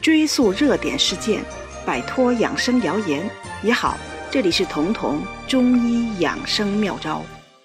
追溯热点事件，摆脱养生谣言也好。这里是彤彤中医养生妙招。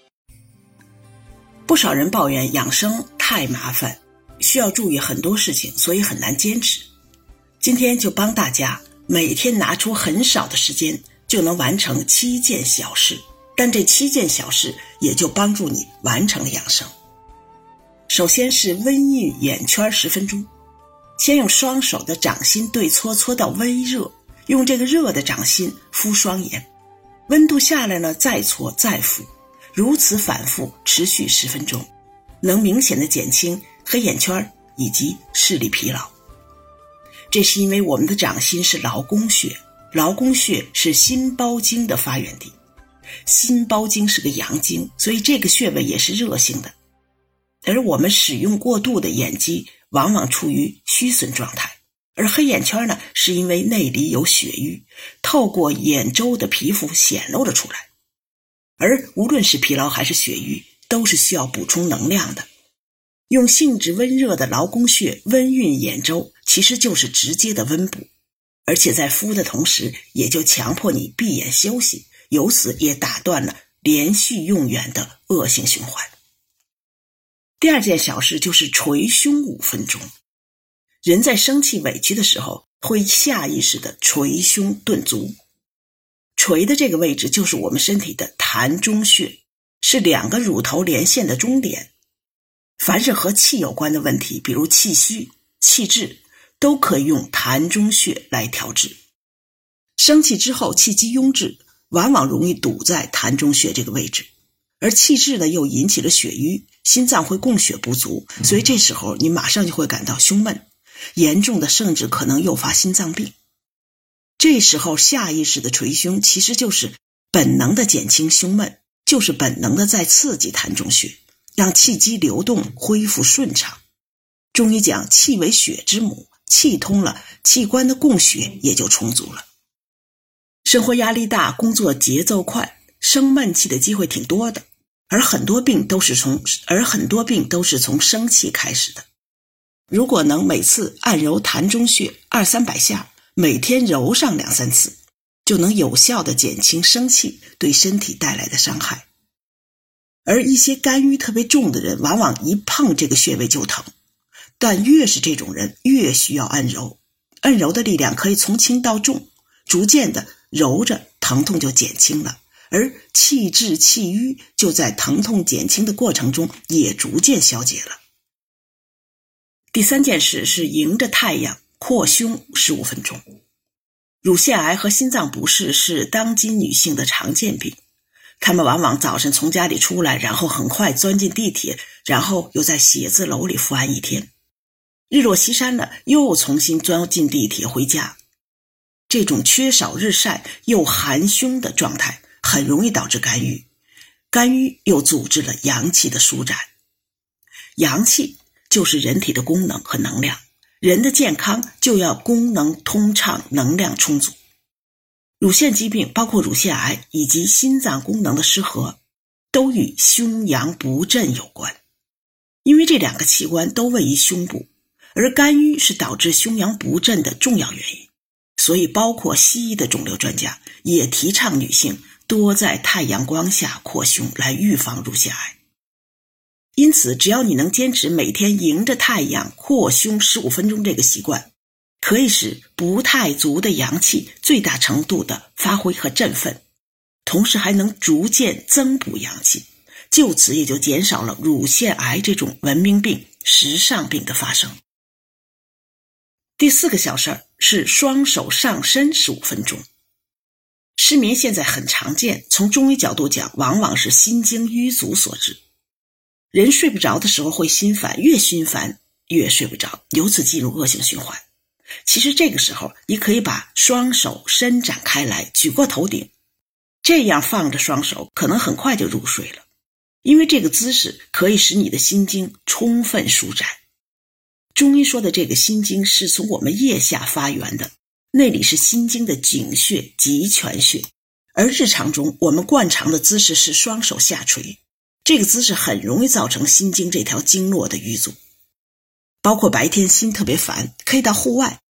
不少人抱怨养生太麻烦，需要注意很多事情，所以很难坚持。今天就帮大家每天拿出很少的时间，就能完成7件小事，但这7件小事也就帮助你完成了养生。首先是温熨眼圈10分钟，先用双手的掌心对搓，搓到微热，用这个热的掌心敷双眼，温度下来呢，再搓再敷，如此反复持续10分钟，能明显的减轻黑眼圈以及视力疲劳。这是因为我们的掌心是劳宫穴，劳宫穴是心包经的发源地，心包经是个阳经，所以这个穴位也是热性的。而我们使用过度的眼肌往往处于虚损状态，而黑眼圈呢，是因为内里有血瘀，透过眼周的皮肤显露了出来。而无论是疲劳还是血瘀，都是需要补充能量的。用性质温热的劳宫穴温熨眼周，其实就是直接的温补，而且在敷的同时，也就强迫你闭眼休息，由此也打断了连续用眼的恶性循环。第二件小事就是捶胸5分钟。人在生气委屈的时候，会下意识的捶胸顿足。捶的这个位置就是我们身体的膻中穴，是2个乳头连线的中点。凡是和气有关的问题，比如气虚、气滞，都可以用膻中穴来调治。生气之后气机壅滞，往往容易堵在膻中穴这个位置，而气滞呢又引起了血瘀，心脏会供血不足，所以这时候你马上就会感到胸闷，严重的甚至可能诱发心脏病。这时候下意识的捶胸其实就是本能的减轻胸闷，就是本能的在刺激膻中穴，让气机流动恢复顺畅。中医讲气为血之母，气通了，器官的供血也就充足了。生活压力大，工作节奏快，生闷气的机会挺多的，而很多病都是从生气开始的。如果能每次按揉膻中穴200-300下，每天揉上2-3次，就能有效地减轻生气对身体带来的伤害。而一些肝郁特别重的人，往往一碰这个穴位就疼，但越是这种人越需要按揉。按揉的力量可以从轻到重，逐渐的揉着，疼痛就减轻了，而气滞气瘀就在疼痛减轻的过程中也逐渐消解了。第3件事是迎着太阳扩胸15分钟。乳腺癌和心脏不适是当今女性的常见病，她们往往早晨从家里出来，然后很快钻进地铁，然后又在写字楼里伏案一天，日落西山了，又重新钻进地铁回家。这种缺少日晒又含胸的状态很容易导致肝郁，肝郁又阻止了阳气的舒展。阳气就是人体的功能和能量，人的健康就要功能通畅，能量充足。乳腺疾病包括乳腺癌以及心脏功能的失和，都与胸阳不振有关。因为这2个器官都位于胸部，而肝郁是导致胸阳不振的重要原因，所以包括西医的肿瘤专家也提倡女性多在太阳光下扩胸来预防乳腺癌。因此只要你能坚持每天迎着太阳扩胸15分钟这个习惯，可以使不太足的阳气最大程度的发挥和振奋，同时还能逐渐增补阳气，就此也就减少了乳腺癌这种文明病、时尚病的发生。第4个小事是双手上伸15分钟。失眠现在很常见，从中医角度讲，往往是心经瘀阻所致。人睡不着的时候会心烦，越心烦越睡不着，由此进入恶性循环。其实这个时候你可以把双手伸展开来，举过头顶，这样放着双手可能很快就入睡了，因为这个姿势可以使你的心经充分舒展。中医说的这个心经是从我们腋下发源的，那里是心经的井穴、极泉穴，而日常中我们惯常的姿势是双手下垂，这个姿势很容易造成心经这条经络的瘀阻。包括白天心特别烦，可以到户外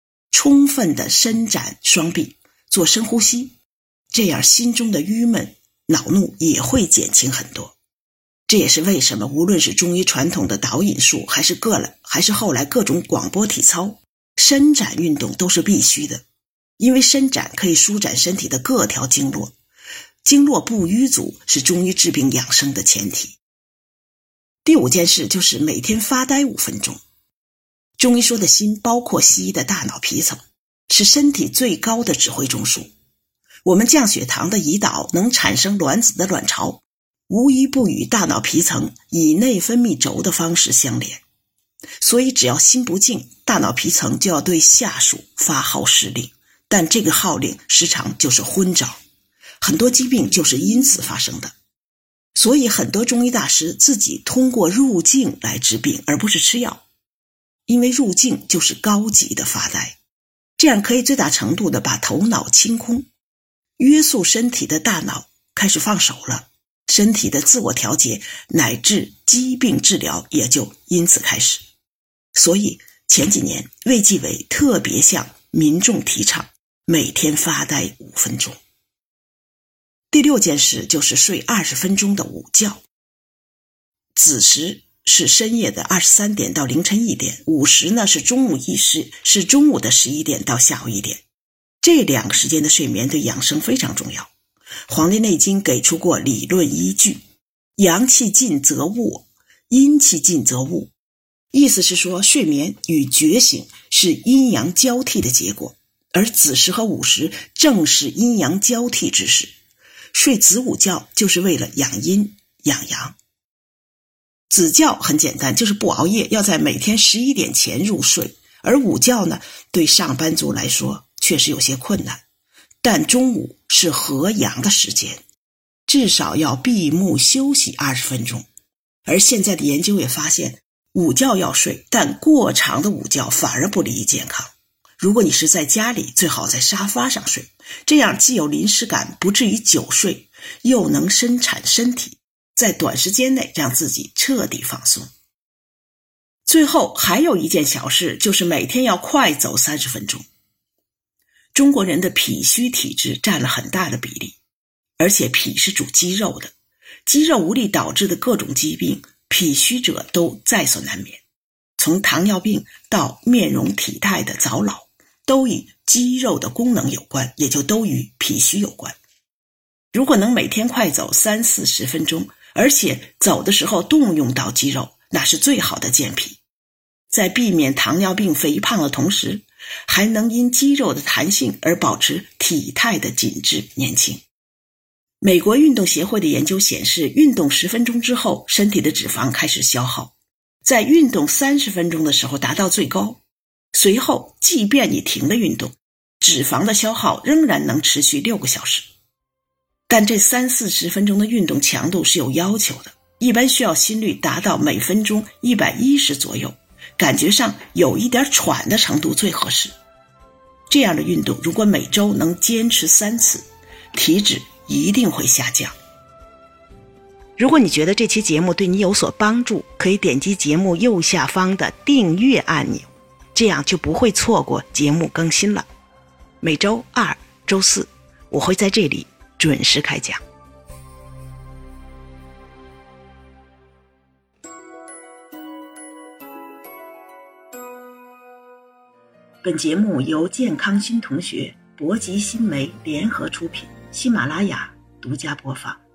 充分的伸展双臂，做深呼吸，这样心中的郁闷、恼怒也会减轻很多。这也是为什么无论是中医传统的导引术，还是后来各种广播体操，伸展运动都是必须的。因为伸展可以舒展身体的各条经络，经络不淤阻是中医治病养生的前提。第5件事就是每天发呆5分钟。中医说的心包括西医的大脑皮层，是身体最高的指挥中枢。我们降血糖的胰岛能产生卵子的卵巢，无一不与大脑皮层以内分泌轴的方式相连。所以只要心不静，大脑皮层就要对下属发号施令，但这个号令时常就是昏招，很多疾病就是因此发生的。所以很多中医大师自己通过入静来治病，而不是吃药。因为入静就是高级的发呆，这样可以最大程度的把头脑清空，约束身体的大脑开始放手了，身体的自我调节乃至疾病治疗也就因此开始。所以前几年卫计委特别向民众提倡每天发呆5分钟。第6件事就是睡20分钟的午觉。子时是深夜的23点到凌晨1点，午时呢是中午的11点到下午1点。这2个时间的睡眠对养生非常重要。黄帝内经给出过理论依据，阳气尽则卧，阴气尽则悟。意思是说，睡眠与觉醒是阴阳交替的结果，而子时和午时正是阴阳交替之时。睡子午觉就是为了养阴养阳。子觉很简单，就是不熬夜，要在每天11点前入睡。而午觉呢，对上班族来说确实有些困难，但中午是合阳的时间，至少要闭目休息20分钟。而现在的研究也发现，午觉要睡，但过长的午觉反而不利于健康。如果你是在家里，最好在沙发上睡，这样既有临时感，不至于久睡，又能生产身体，在短时间内让自己彻底放松。最后还有一件小事，就是每天要快走30分钟。中国人的脾虚体质占了很大的比例，而且脾是主肌肉的，肌肉无力导致的各种疾病，脾虚者都在所难免。从糖尿病到面容体态的早老，都与肌肉的功能有关，也就都与脾虚有关。如果能每天快走30-40分钟，而且走的时候动用到肌肉，那是最好的健脾。在避免糖尿病肥胖的同时，还能因肌肉的弹性而保持体态的紧致年轻。美国运动协会的研究显示，运动10分钟之后，身体的脂肪开始消耗，在运动30分钟的时候达到最高，随后即便你停了运动，脂肪的消耗仍然能持续6个小时。但这30-40分钟的运动强度是有要求的，一般需要心率达到每分钟110左右，感觉上有一点喘的程度最合适。这样的运动如果每周能坚持3次，体脂一定会下降。如果你觉得这期节目对你有所帮助，可以点击节目右下方的订阅按钮，这样就不会错过节目更新了。每周2、周4，我会在这里准时开讲。本节目由健康新同学、博吉新媒联合出品，喜马拉雅独家播放。